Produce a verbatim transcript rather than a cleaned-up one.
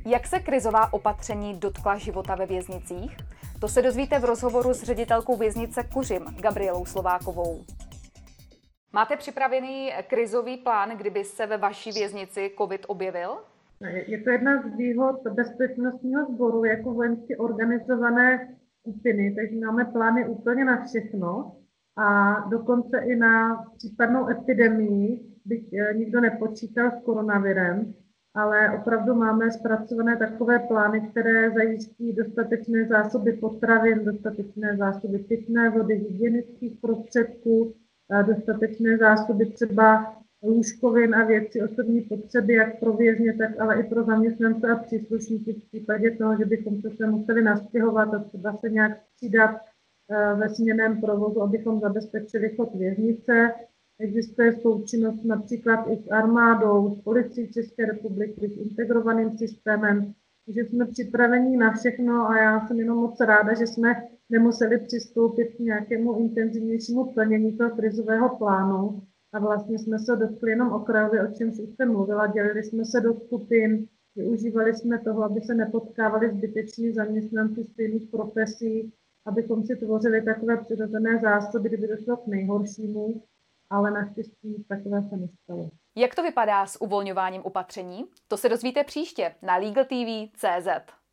Jak se krizová opatření dotkla života ve věznicích? To se dozvíte v rozhovoru s ředitelkou věznice Kuřim, Gabrielou Slovákovou. Máte připravený krizový plán, kdyby se ve vaší věznici covid objevil? Je to jedna z výhod bezpečnostního sboru jako vojensky organizované skupiny, takže máme plány úplně na všechno a dokonce i na případnou epidemii, byť nikdo nepočítal s koronavirem, ale opravdu máme zpracované takové plány, které zajistí dostatečné zásoby potravin, dostatečné zásoby pitné vody, hygienických prostředků, dostatečné zásoby třeba lůžkovin a věci osobní potřeby, jak pro vězně, tak ale i pro zaměstnance a příslušníky v případě toho, že bychom se sem museli nastěhovat a třeba se nějak přidat ve směnném provozu, abychom zabezpečili chod věznice. Existuje součinnost například i s armádou, s policií České republiky, s integrovaným systémem, takže jsme připraveni na všechno a já jsem jenom moc ráda, že jsme nemuseli přistoupit k nějakému intenzivnějšímu plnění toho krizového plánu. A vlastně jsme se dotkli jenom okrajově, o čem už jsem mluvila, dělili jsme se do skupin, využívali jsme toho, aby se nepotkávali zbyteční zaměstnanci stejných profesí, abychom si tvořili takové přirozené zásoby, kdyby došlo k nejhoršímu, ale naštěstí takové se nestalo. Jak to vypadá s uvolňováním opatření? To se dozvíte příště na Legal T V tečka cé zet.